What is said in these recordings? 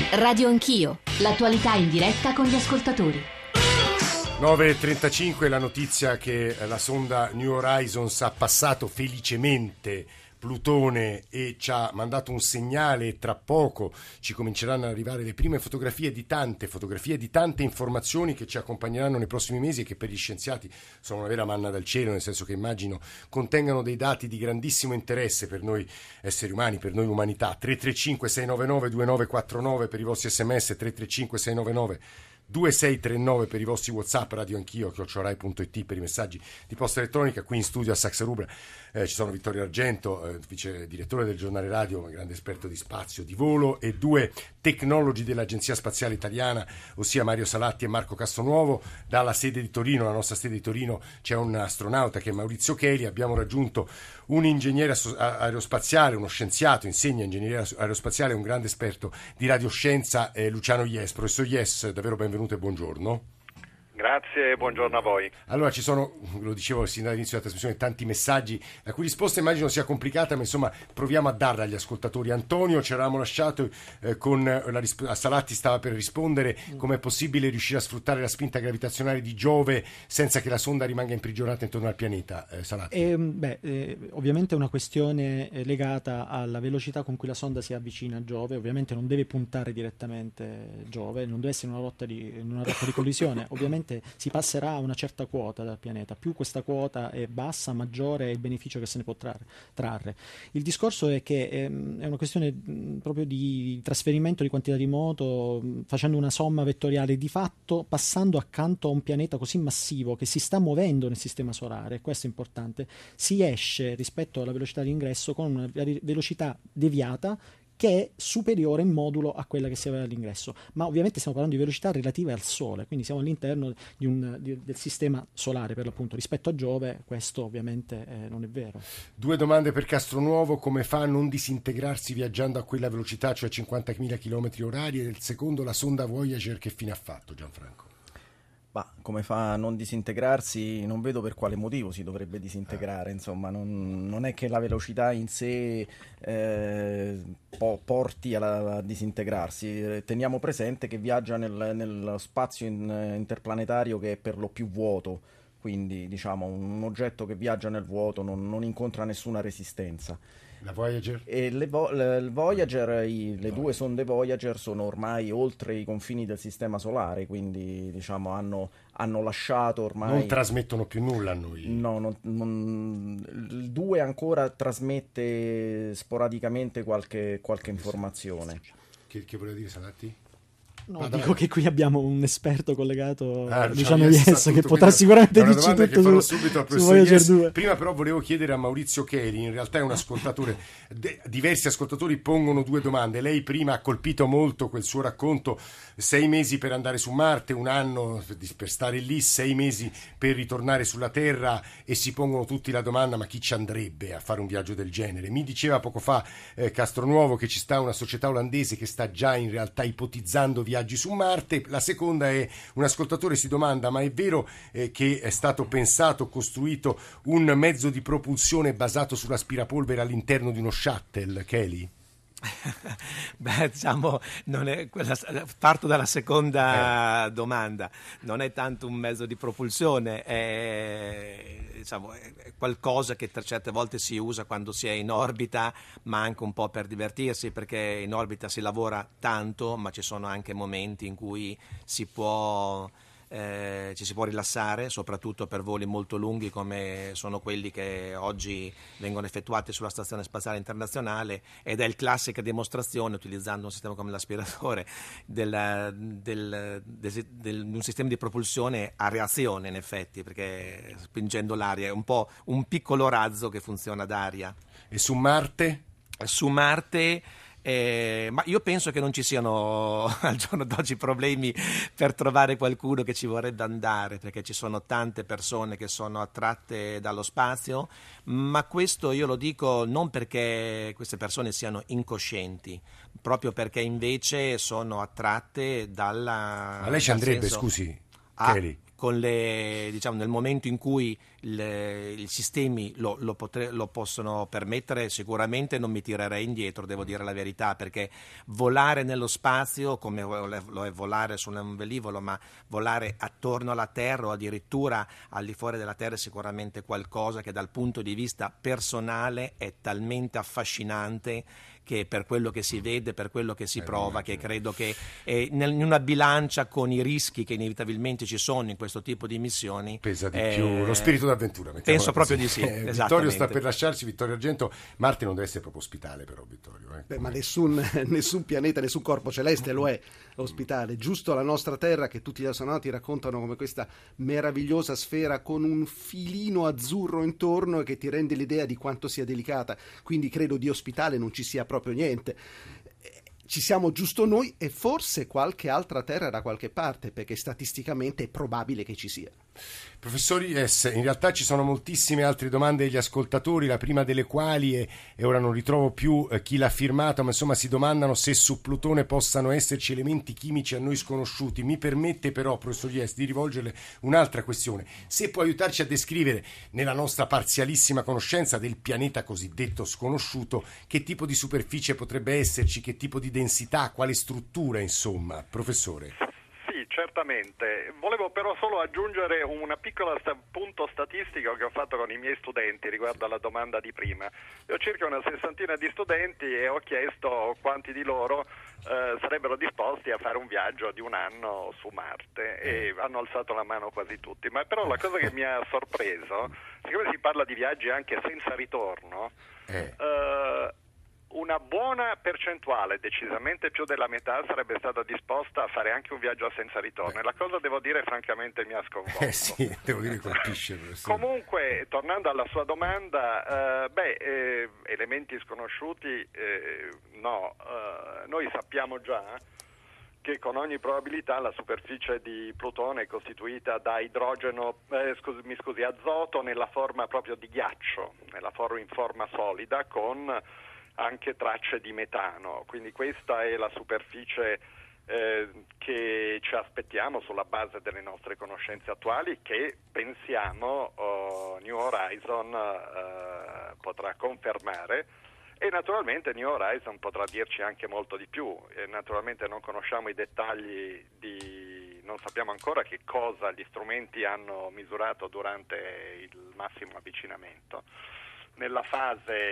Radio Anch'io, l'attualità in diretta con gli ascoltatori. 9.35, la notizia che la sonda New Horizons ha passato felicemente Plutone e ci ha mandato un segnale, e tra poco ci cominceranno ad arrivare le prime fotografie di tante informazioni che ci accompagneranno nei prossimi mesi e che per gli scienziati sono una vera manna dal cielo, nel senso che immagino contengano dei dati di grandissimo interesse per noi esseri umani, per noi umanità. 335 699 2949 per i vostri sms, 335 699 2639 per i vostri WhatsApp, Radio Anch'io @rai.it per i messaggi di posta elettronica. Qui in studio a Saxa Rubra ci sono Vittorio Argento, vice direttore del giornale radio, un grande esperto di spazio, di volo, e due tecnologi dell'Agenzia Spaziale Italiana, ossia Mario Salatti e Marco Castronuovo. Dalla sede di Torino, la nostra sede di Torino, c'è un astronauta che è Maurizio Cheli. Abbiamo raggiunto un ingegnere aerospaziale, uno scienziato, insegna ingegneria aerospaziale, un grande esperto di radioscienza, Luciano Ies. Professor Ies, davvero benvenuto e buongiorno. Grazie e buongiorno a voi. Allora, ci sono, lo dicevo sin dall'inizio della trasmissione, tanti messaggi, la cui risposta immagino sia complicata, ma insomma proviamo a darla agli ascoltatori. Antonio, ci eravamo lasciato a Salatti stava per rispondere: com'è possibile riuscire a sfruttare la spinta gravitazionale di Giove senza che la sonda rimanga imprigionata intorno al pianeta? Salatti. Ovviamente è una questione legata alla velocità con cui la sonda si avvicina a Giove. Ovviamente non deve puntare direttamente Giove, non deve essere in una rotta di collisione. Ovviamente si passerà a una certa quota dal pianeta. Più questa quota è bassa, maggiore è il beneficio che se ne può trarre. Il discorso è che è una questione proprio di trasferimento di quantità di moto, facendo una somma vettoriale, di fatto passando accanto a un pianeta così massivo che si sta muovendo nel sistema solare. Questo è importante. Si esce rispetto alla velocità di ingresso con una velocità deviata che è superiore in modulo a quella che si aveva all'ingresso, ma ovviamente stiamo parlando di velocità relative al Sole, quindi siamo all'interno del sistema solare, per l'appunto. Rispetto a Giove questo ovviamente non è vero. Due domande per Castronuovo: come fa a non disintegrarsi viaggiando a quella velocità, cioè 50.000 km/h? E il secondo, la sonda Voyager che fine ha fatto, Gianfranco? Come fa a non disintegrarsi? Non vedo per quale motivo si dovrebbe disintegrare. Insomma, non è che la velocità in sé porti a disintegrarsi. Teniamo presente che viaggia nello spazio interplanetario che è per lo più vuoto, quindi diciamo un oggetto che viaggia nel vuoto non incontra nessuna resistenza. La Voyager? E le Voyager, le due sonde Voyager sono ormai oltre i confini del sistema solare, quindi diciamo hanno lasciato ormai... Non trasmettono più nulla a noi? No, il 2 ancora trasmette sporadicamente qualche informazione. Che voleva dire, Salatti? No, dico che qui abbiamo un esperto collegato, diciamo Yes, che potrà sicuramente dirci tutto subito al su Voyager 2. Prima però volevo chiedere a Maurizio Cheli, in realtà è un ascoltatore, diversi ascoltatori pongono due domande. Lei prima ha colpito molto quel suo racconto: 6 mesi per andare su Marte, 1 anno per stare lì, 6 mesi per ritornare sulla Terra, e si pongono tutti la domanda: ma chi ci andrebbe a fare un viaggio del genere? Mi diceva poco fa Castronuovo che ci sta una società olandese che sta già in realtà ipotizzando viaggi su Marte. La seconda è: un ascoltatore si domanda: ma è vero che è stato pensato, costruito un mezzo di propulsione basato sull'aspirapolvere all'interno di uno shuttle, Cheli? Diciamo, parto dalla seconda domanda. Non è tanto un mezzo di propulsione, è qualcosa che certe volte si usa quando si è in orbita, ma anche un po' per divertirsi, perché in orbita si lavora tanto, ma ci sono anche momenti in cui ci si può rilassare, soprattutto per voli molto lunghi come sono quelli che oggi vengono effettuati sulla Stazione Spaziale Internazionale, ed è il classica dimostrazione, utilizzando un sistema come l'aspiratore, di un sistema di propulsione a reazione, in effetti, perché spingendo l'aria è un po' un piccolo razzo che funziona ad aria. E su Marte? Su Marte... ma io penso che non ci siano al giorno d'oggi problemi per trovare qualcuno che ci vorrebbe andare, perché ci sono tante persone che sono attratte dallo spazio, ma questo io lo dico non perché queste persone siano incoscienti, proprio perché invece sono attratte dalla... Ma lei ci andrebbe, scusi, Cheli? nel momento in cui i sistemi lo possono permettere, sicuramente non mi tirerei indietro, devo dire la verità, perché volare nello spazio, come lo è volare su un velivolo, ma volare attorno alla Terra o addirittura al di fuori della Terra è sicuramente qualcosa che dal punto di vista personale è talmente affascinante che per quello che si vede, per quello che si prova, che credo che in una bilancia con i rischi che inevitabilmente ci sono in questo tipo di missioni pesa di più lo spirito d'avventura. Penso proprio di sì. Vittorio sta per lasciarci, Vittorio Argento. Marte non deve essere proprio ospitale, però, Vittorio. Beh, ma nessun pianeta, nessun corpo celeste lo è ospitale. Giusto la nostra Terra, che tutti gli astronauti raccontano come questa meravigliosa sfera con un filino azzurro intorno e che ti rende l'idea di quanto sia delicata. Quindi credo di ospitale non ci sia proprio niente. Ci siamo giusto noi e forse qualche altra terra da qualche parte, perché statisticamente è probabile che ci sia. Professor Ies, in realtà ci sono moltissime altre domande degli ascoltatori, la prima delle quali e ora non ritrovo più chi l'ha firmato, ma insomma si domandano se su Plutone possano esserci elementi chimici a noi sconosciuti. Mi permette però, professor Ies, di rivolgerle un'altra questione: se può aiutarci a descrivere nella nostra parzialissima conoscenza del pianeta cosiddetto sconosciuto che tipo di superficie potrebbe esserci, che tipo di densità, quale struttura, insomma, professore. Certamente, volevo però solo aggiungere una piccola punto statistico che ho fatto con i miei studenti riguardo alla domanda di prima. Io ho circa una sessantina di studenti e ho chiesto quanti di loro sarebbero disposti a fare un viaggio di un anno su Marte e hanno alzato la mano quasi tutti. Ma però la cosa che mi ha sorpreso, siccome si parla di viaggi anche senza ritorno, una buona percentuale, decisamente più della metà, sarebbe stata disposta a fare anche un viaggio senza ritorno. E la cosa, devo dire, francamente mi ha sconvolto. Sì, devo dire, colpisce. Comunque, tornando alla sua domanda, elementi sconosciuti, no. Noi sappiamo già che con ogni probabilità la superficie di Plutone è costituita da azoto nella forma proprio di ghiaccio, in forma solida, con anche tracce di metano, quindi questa è la superficie che ci aspettiamo sulla base delle nostre conoscenze attuali, che pensiamo New Horizon potrà confermare, e naturalmente New Horizon potrà dirci anche molto di più. Naturalmente non conosciamo i dettagli, non sappiamo ancora che cosa gli strumenti hanno misurato durante il massimo avvicinamento. Nella fase,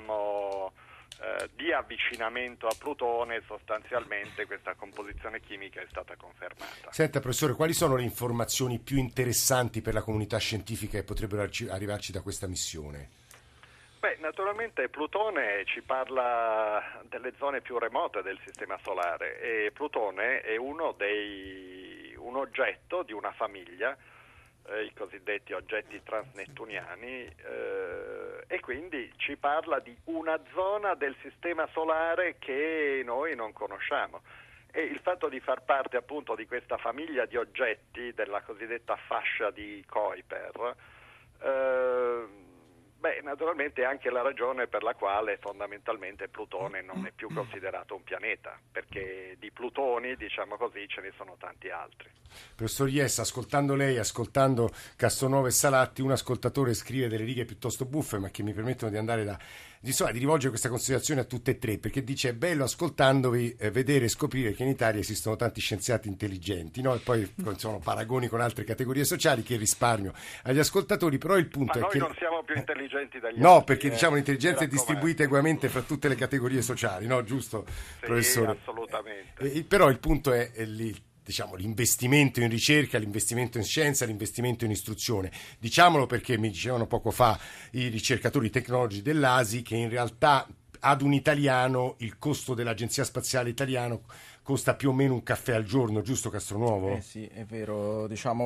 di avvicinamento a Plutone, sostanzialmente questa composizione chimica è stata confermata. Senta, professore, quali sono le informazioni più interessanti per la comunità scientifica che potrebbero arrivarci da questa missione? Beh, naturalmente Plutone ci parla delle zone più remote del Sistema Solare, e Plutone è un oggetto di una famiglia, i cosiddetti oggetti transnettuniani, e quindi ci parla di una zona del Sistema Solare che noi non conosciamo, e il fatto di far parte appunto di questa famiglia di oggetti della cosiddetta fascia di Kuiper, naturalmente è anche la ragione per la quale fondamentalmente Plutone non è più considerato un pianeta, perché di Plutoni, diciamo così, ce ne sono tanti altri. Professor Ies, ascoltando lei, ascoltando Castronuovo e Salatti, un ascoltatore scrive delle righe piuttosto buffe, ma che mi permettono di andare di rivolgere questa considerazione a tutte e tre, perché dice: è bello ascoltandovi vedere e scoprire che in Italia esistono tanti scienziati intelligenti, no? E poi sono paragoni con altre categorie sociali che risparmio agli ascoltatori, però il punto ma è che noi non siamo più intelligenti dagli altri. No, perché l'intelligenza è distribuita ugualmente fra tutte le categorie sociali, no? Giusto, sì, professore? Assolutamente. Però il punto è lì. L'investimento in ricerca, l'investimento in scienza, l'investimento in istruzione. Diciamolo perché mi dicevano poco fa i ricercatori tecnologici dell'ASI che in realtà ad un italiano il costo dell'Agenzia Spaziale Italiana costa più o meno un caffè al giorno, giusto Castronuovo? Sì, è vero.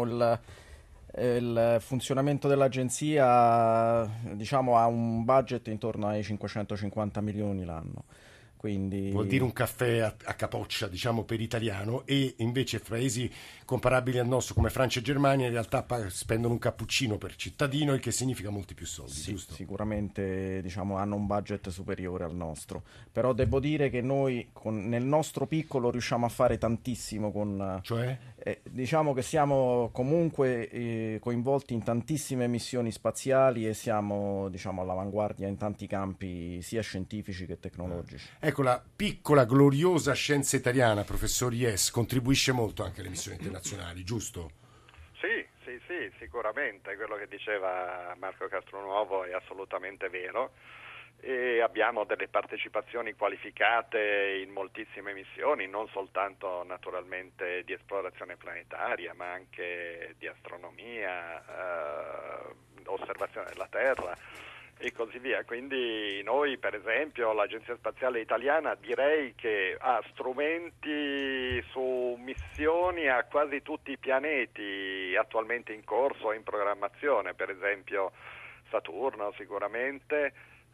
Il funzionamento dell'agenzia ha un budget intorno ai 550 milioni l'anno. Quindi... Vuol dire un caffè a capoccia, diciamo, per italiano, e invece paesi comparabili al nostro come Francia e Germania in realtà spendono un cappuccino per cittadino, il che significa molti più soldi, Sì, giusto? sicuramente diciamo, hanno un budget superiore al nostro, però devo dire che noi nel nostro piccolo riusciamo a fare tantissimo Cioè? diciamo che siamo comunque coinvolti in tantissime missioni spaziali e siamo diciamo, all'avanguardia in tanti campi sia scientifici che tecnologici. Ecco, la piccola, gloriosa scienza italiana, professor Yes, contribuisce molto anche alle missioni internazionali, giusto? Sì, sicuramente, quello che diceva Marco Castronuovo è assolutamente vero, e abbiamo delle partecipazioni qualificate in moltissime missioni, non soltanto naturalmente di esplorazione planetaria, ma anche di astronomia, osservazione della Terra e così via. Quindi noi, per esempio, l'Agenzia Spaziale Italiana, direi che ha strumenti su missioni a quasi tutti i pianeti attualmente in corso o in programmazione, per esempio Saturno sicuramente,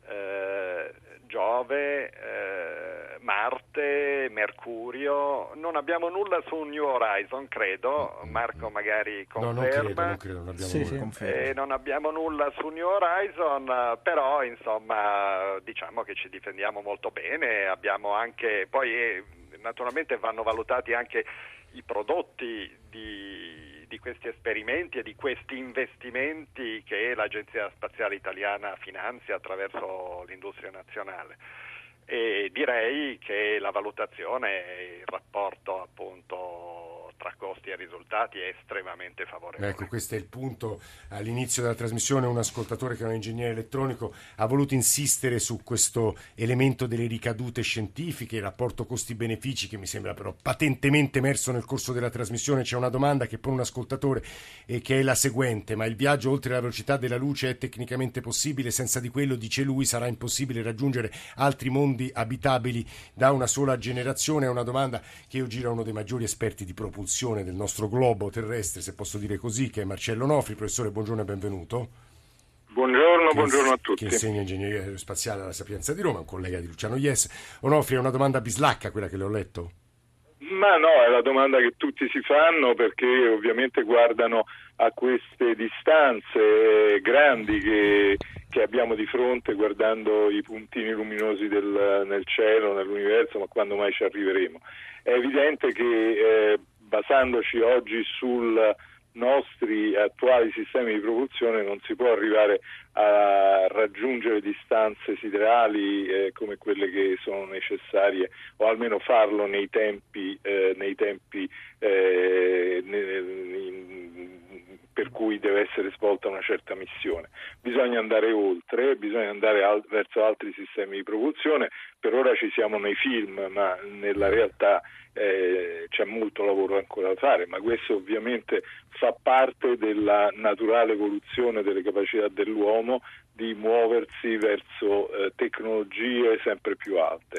Giove, Marte, Mercurio. Non abbiamo nulla su New Horizon, credo. Marco magari conferma. Non credo, non abbiamo Sì, nulla. sì. Non abbiamo nulla su New Horizon, però insomma diciamo che ci difendiamo molto bene. Abbiamo anche, poi naturalmente vanno valutati anche i prodotti di questi esperimenti e di questi investimenti che l'Agenzia Spaziale Italiana finanzia attraverso l'industria nazionale, e direi che la valutazione, il rapporto appunto tra costi e risultati è estremamente favorevole. Ecco, questo è il punto. All'inizio della trasmissione un ascoltatore che è un ingegnere elettronico ha voluto insistere su questo elemento delle ricadute scientifiche, il rapporto costi-benefici, che mi sembra però patentemente emerso nel corso della trasmissione. C'è una domanda che pone un ascoltatore e che è la seguente: ma il viaggio oltre la velocità della luce è tecnicamente possibile? Senza di quello, dice lui, sarà impossibile raggiungere altri mondi abitabili da una sola generazione? È una domanda che io giro a uno dei maggiori esperti di propulsione del nostro globo terrestre, se posso dire così, che è Marcello Onofri. Professore, buongiorno e benvenuto. Buongiorno a tutti. Che insegna ingegneria aerospaziale alla Sapienza di Roma, un collega di Luciano Yes. Onofri, è una domanda bislacca quella che le ho letto? Ma no, è la domanda che tutti si fanno, perché ovviamente guardano a queste distanze grandi che abbiamo di fronte, guardando i puntini luminosi nel cielo, nell'universo, ma quando mai ci arriveremo. È evidente che basandoci oggi sul nostri attuali sistemi di propulsione non si può arrivare a raggiungere distanze siderali come quelle che sono necessarie, o almeno farlo nei tempi per cui deve essere svolta una certa missione. Bisogna andare oltre, bisogna andare verso altri sistemi di propulsione. Per ora ci siamo nei film, ma nella realtà c'è molto lavoro ancora da fare, ma questo ovviamente fa parte della naturale evoluzione delle capacità dell'uomo di muoversi verso tecnologie sempre più alte.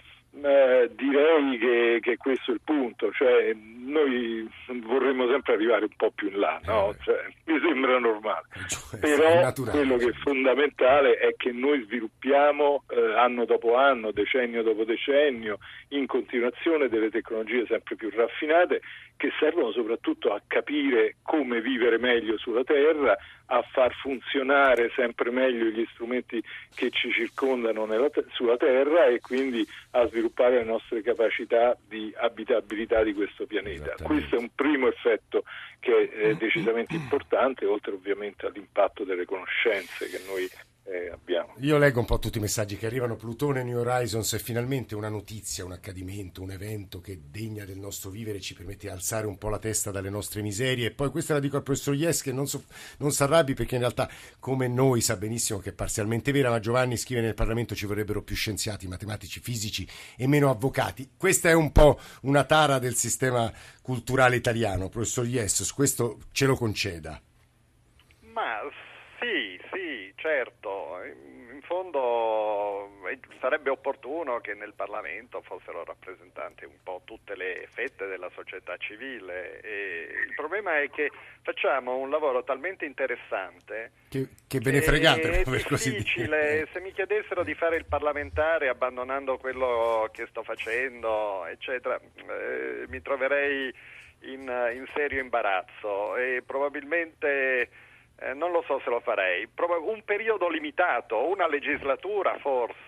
Direi che questo è il punto, cioè noi vorremmo sempre arrivare un po' più in là, no? Cioè, mi sembra normale, però quello che è fondamentale è che noi sviluppiamo anno dopo anno, decennio dopo decennio, in continuazione delle tecnologie sempre più raffinate, che servono soprattutto a capire come vivere meglio sulla Terra, a far funzionare sempre meglio gli strumenti che ci circondano sulla Terra, e quindi a sviluppare le nostre capacità di abitabilità di questo pianeta. Questo è un primo effetto che è decisamente importante, oltre ovviamente all'impatto delle conoscenze che noi abbiamo. Io leggo un po' tutti i messaggi che arrivano. Plutone, New Horizons è finalmente una notizia, un accadimento, un evento che degna del nostro vivere, ci permette di alzare un po' la testa dalle nostre miserie. E poi questa la dico al professor Yes, che non si arrabbi, perché in realtà come noi sa benissimo che è parzialmente vera, ma Giovanni scrive: nel Parlamento ci vorrebbero più scienziati, matematici, fisici e meno avvocati. Questa è un po' una tara del sistema culturale italiano. Professor Yes, su questo ce lo conceda. Ma sì, certo. fondo sarebbe opportuno che nel Parlamento fossero rappresentate un po' tutte le fette della società civile, e il problema è che facciamo un lavoro talmente interessante che ve ne fregate, è per così difficile. Se mi chiedessero di fare il parlamentare abbandonando quello che sto facendo, eccetera, mi troverei in serio imbarazzo, e probabilmente non lo so se lo farei. Un periodo limitato, una legislatura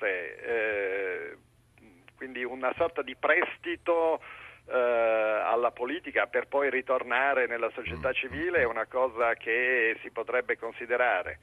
forse, quindi una sorta di prestito alla politica per poi ritornare nella società civile è una cosa che si potrebbe considerare.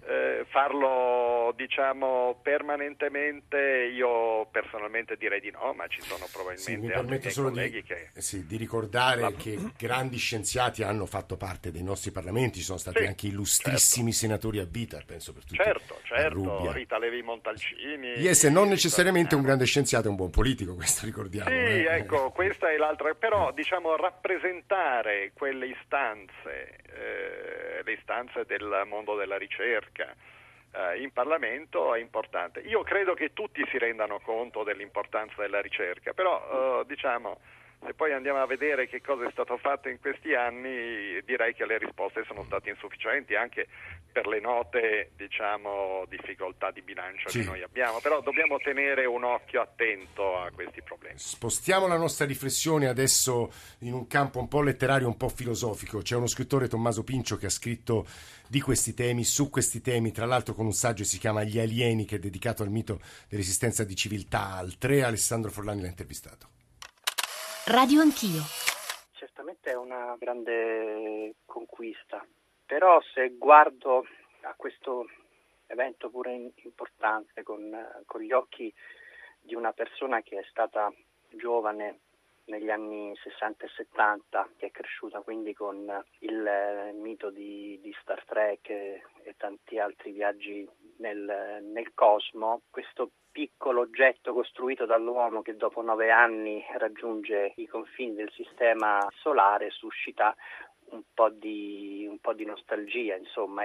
Farlo, diciamo, permanentemente, io personalmente direi di no, ma ci sono probabilmente altri colleghi di ricordare che grandi scienziati hanno fatto parte dei nostri parlamenti, ci sono stati anche illustrissimi senatori a vita, penso per tutti. Certo, Rita Levi Montalcini. Yes, non necessariamente un grande scienziato è un buon politico, questo ricordiamo. Sì, ecco, questa è l'altra, però diciamo rappresentare quelle istanze, le istanze del mondo della ricerca in Parlamento è importante. Io credo che tutti si rendano conto dell'importanza della ricerca, però diciamo, se poi andiamo a vedere che cosa è stato fatto in questi anni, direi che le risposte sono state insufficienti, anche per le note, diciamo, difficoltà di bilancio che noi abbiamo, però dobbiamo tenere un occhio attento a questi problemi. Spostiamo la nostra riflessione adesso in un campo un po' letterario, un po' filosofico. C'è uno scrittore, Tommaso Pincio, che ha scritto di questi temi, su questi temi, tra l'altro con un saggio che si chiama Gli alieni, che è dedicato al mito dell'esistenza di civiltà altre. Alessandro Forlani l'ha intervistato. Radio Anch'io. Certamente è una grande conquista, però se guardo a questo evento pure importante con gli occhi di una persona che è stata giovane negli anni 60 e 70, che è cresciuta quindi con il mito di Star Trek e tanti altri viaggi nel cosmo, questo piccolo oggetto costruito dall'uomo che dopo 9 anni raggiunge i confini del sistema solare suscita un po' di nostalgia, insomma,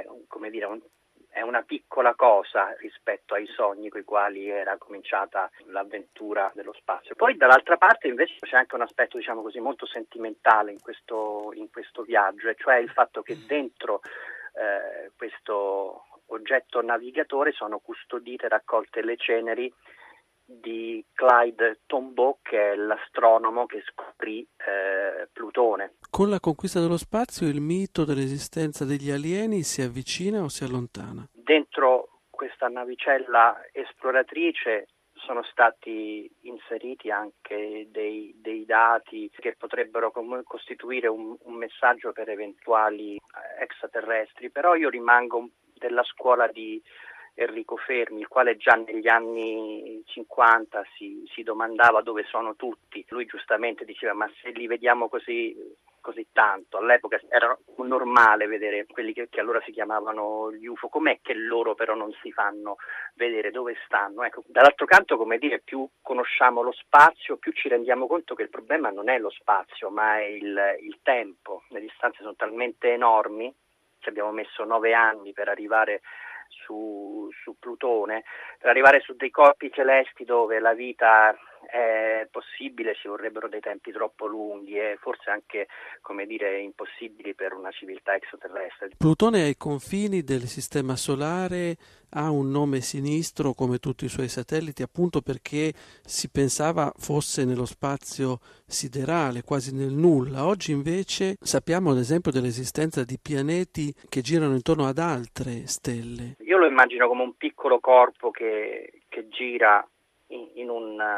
è una piccola cosa rispetto ai sogni coi quali era cominciata l'avventura dello spazio. Poi dall'altra parte invece c'è anche un aspetto, diciamo così, molto sentimentale in questo viaggio, e cioè il fatto che dentro questo oggetto navigatore sono custodite, raccolte le ceneri di Clyde Tombaugh, che è l'astronomo che scoprì Plutone. Con la conquista dello spazio il mito dell'esistenza degli alieni si avvicina o si allontana? Dentro questa navicella esploratrice sono stati inseriti anche dei dati che potrebbero costituire un messaggio per eventuali extraterrestri, però io rimango della scuola di Enrico Fermi, il quale già negli anni 50 si domandava dove sono tutti. Lui giustamente diceva: ma se li vediamo così tanto, all'epoca era normale vedere quelli che allora si chiamavano gli UFO, com'è che loro però non si fanno vedere, dove stanno? Ecco, dall'altro canto, come dire, più conosciamo lo spazio, più ci rendiamo conto che il problema non è lo spazio, ma è il tempo. Le distanze sono talmente enormi, ci abbiamo messo 9 anni per arrivare su Plutone, per arrivare su dei corpi celesti dove la vita è possibile ci vorrebbero dei tempi troppo lunghi e forse anche, come dire, impossibili per una civiltà extraterrestre. Plutone è ai confini del sistema solare, ha un nome sinistro come tutti i suoi satelliti, appunto perché si pensava fosse nello spazio siderale, quasi nel nulla. Oggi invece sappiamo ad esempio dell'esistenza di pianeti che girano intorno ad altre stelle. Io lo immagino come un piccolo corpo che gira in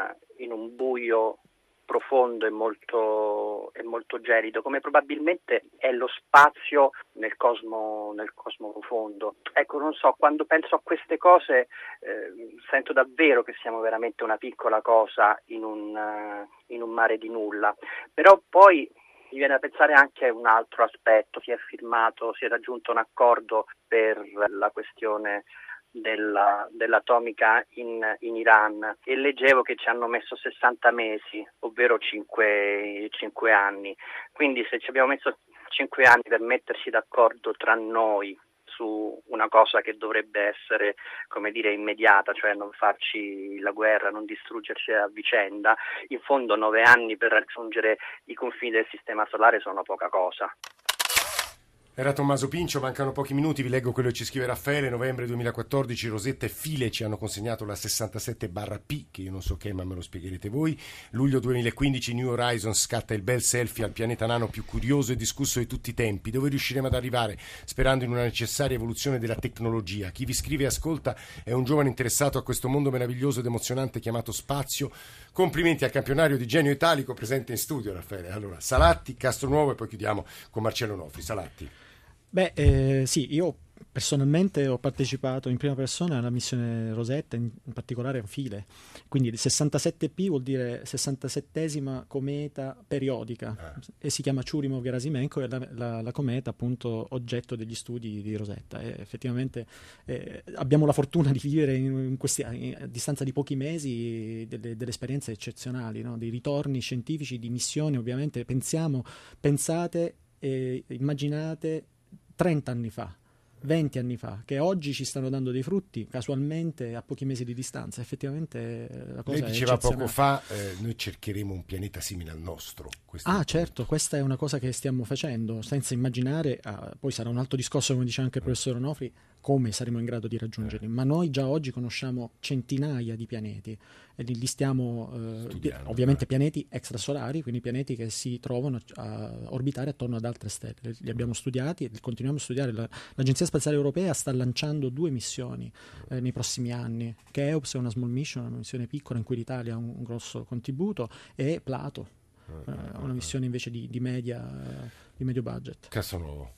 un buio profondo e molto gelido, come probabilmente è lo spazio nel cosmo profondo. Ecco, non so, quando penso a queste cose sento davvero che siamo veramente una piccola cosa in un mare di nulla. Però poi mi viene a pensare anche a un altro aspetto: si è raggiunto un accordo per la questione dell'atomica in Iran, e leggevo che ci hanno messo 60 mesi, ovvero 5 anni. Quindi se ci abbiamo messo 5 anni per metterci d'accordo tra noi su una cosa che dovrebbe essere, come dire, immediata, cioè non farci la guerra, non distruggerci a vicenda. In fondo 9 anni per raggiungere i confini del sistema solare sono poca cosa. Era Tommaso Pincio, mancano pochi minuti, vi leggo quello che ci scrive Raffaele. Novembre 2014 Rosetta e File ci hanno consegnato la 67/P, che io non so che, ma me lo spiegherete voi. Luglio 2015 New Horizons scatta il bel selfie al pianeta nano più curioso e discusso di tutti i tempi. Dove riusciremo ad arrivare? Sperando in una necessaria evoluzione della tecnologia. Chi vi scrive e ascolta è un giovane interessato a questo mondo meraviglioso ed emozionante chiamato spazio. Complimenti al campionario di Genio Italico presente in studio, Raffaele. Allora, Salatti, Castronuovo e poi chiudiamo con Marcello Nofri. Salatti. Sì, io personalmente ho partecipato in prima persona alla missione Rosetta, in particolare a File, quindi il 67P vuol dire 67esima cometa periodica e si chiama Churyumov-Gerasimenko, è la cometa appunto oggetto degli studi di Rosetta. E effettivamente abbiamo la fortuna di vivere a distanza di pochi mesi delle esperienze eccezionali, no? Dei ritorni scientifici, di missioni. Ovviamente pensate e immaginate 30 anni fa, 20 anni fa, che oggi ci stanno dando dei frutti casualmente a pochi mesi di distanza. Effettivamente la cosa Lei diceva poco fa, noi cercheremo un pianeta simile al nostro. Certo, questa è una cosa che stiamo facendo, senza immaginare, poi sarà un altro discorso, come dice anche il professor Onofri, come saremo in grado di raggiungerli, ma noi già oggi conosciamo centinaia di pianeti e li stiamo ovviamente pianeti extrasolari, quindi pianeti che si trovano a orbitare attorno ad altre stelle. Li abbiamo studiati e li continuiamo a studiare. L'Agenzia Spaziale Europea sta lanciando 2 missioni nei prossimi anni. Cheops è una small mission, una missione piccola in cui l'Italia ha un grosso contributo, e Plato, una missione invece di medio budget. Castronuovo.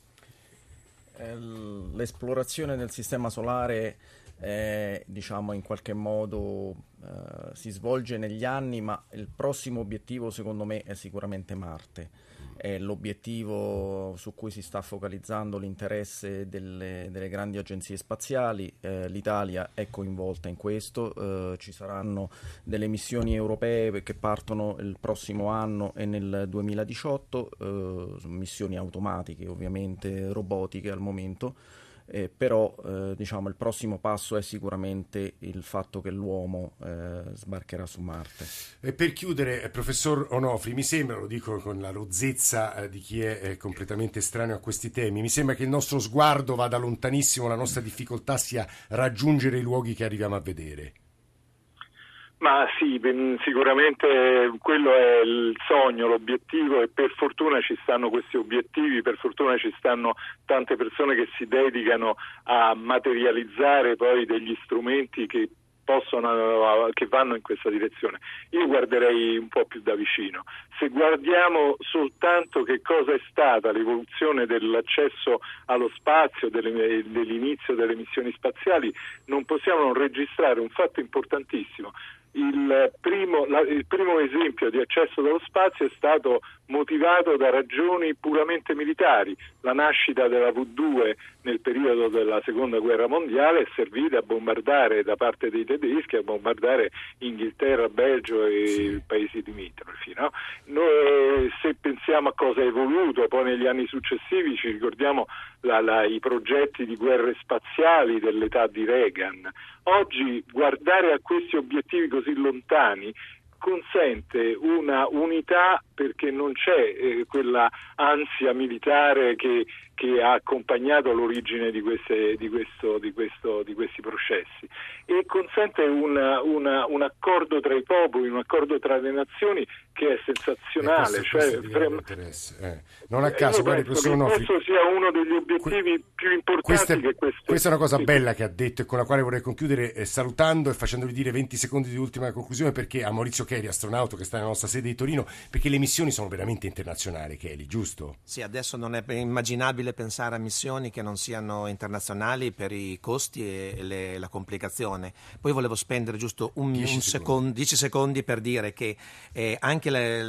L'esplorazione del sistema solare diciamo in qualche modo si svolge negli anni, ma il prossimo obiettivo secondo me è sicuramente Marte. È l'obiettivo su cui si sta focalizzando l'interesse delle grandi agenzie spaziali. L'Italia è coinvolta in questo, ci saranno delle missioni europee che partono il prossimo anno e nel 2018, missioni automatiche ovviamente, robotiche al momento. Però diciamo il prossimo passo è sicuramente il fatto che l'uomo sbarcherà su Marte. E per chiudere, professor Onofri, mi sembra, lo dico con la rozzezza di chi è completamente estraneo a questi temi, mi sembra che il nostro sguardo vada lontanissimo, la nostra difficoltà sia raggiungere i luoghi che arriviamo a vedere. Ma sì, sicuramente quello è il sogno, l'obiettivo, e per fortuna ci stanno questi obiettivi, per fortuna ci stanno tante persone che si dedicano a materializzare poi degli strumenti che vanno in questa direzione. Io guarderei un po' più da vicino. Se guardiamo soltanto che cosa è stata l'evoluzione dell'accesso allo spazio, dell'inizio delle missioni spaziali, non possiamo non registrare un fatto importantissimo. Il primo esempio di accesso dallo spazio è stato motivato da ragioni puramente militari. La nascita della V2 nel periodo della Seconda Guerra Mondiale è servita a bombardare, da parte dei tedeschi, a bombardare Inghilterra, Belgio e i paesi limitrofi, no? Noi, se pensiamo a cosa è evoluto poi negli anni successivi, ci ricordiamo i progetti di guerre spaziali dell'età di Reagan. Oggi guardare a questi obiettivi così lontani consente una unità, perché non c'è quella ansia militare che ha accompagnato l'origine di questi processi, e consente un accordo tra i popoli, un accordo tra le nazioni che è sensazionale. Non a caso, guardi, professor Onofri, questo sia uno degli obiettivi più importanti. Questa è una cosa bella che ha detto e con la quale vorrei concludere, salutando e facendovi dire 20 secondi di ultima conclusione, perché a Maurizio Cheli, astronauta che sta nella nostra sede di Torino, perché le missioni sono veramente internazionali, Cheli, giusto? Sì, adesso non è immaginabile pensare a missioni che non siano internazionali per i costi e la complicazione. Poi volevo spendere giusto 10 secondi per dire che anche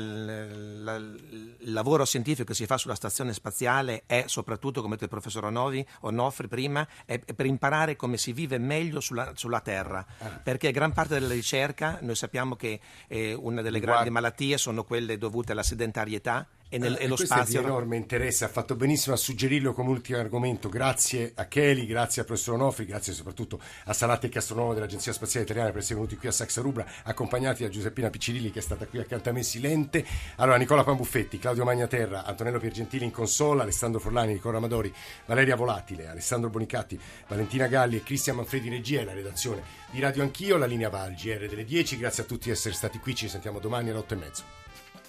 il lavoro scientifico che si fa sulla stazione spaziale è soprattutto, come ha detto il professor Onofri prima, è per imparare come si vive meglio sulla Terra, perché gran parte della ricerca, noi sappiamo che una delle grandi malattie sono quelle dovute alla sedentarietà, e lo questo spazio. È di enorme interesse, ha fatto benissimo a suggerirlo come ultimo argomento. Grazie a Cheli, grazie al professor Onofri, grazie soprattutto a Salatti e Castronovo dell'Agenzia Spaziale Italiana per essere venuti qui a Saxa Rubra, accompagnati da Giuseppina Piccirilli che è stata qui accanto a me silente. Allora, Nicola Pambuffetti, Claudio Magnaterra, Antonello Piergentili in console, Alessandro Forlani, Nicola Amadori, Valeria Volatile, Alessandro Bonicatti, Valentina Galli e Cristian Manfredi regia e la redazione di Radio Anch'io. La linea va al GR delle 10. Grazie a tutti di essere stati qui, ci sentiamo domani alle 8:30.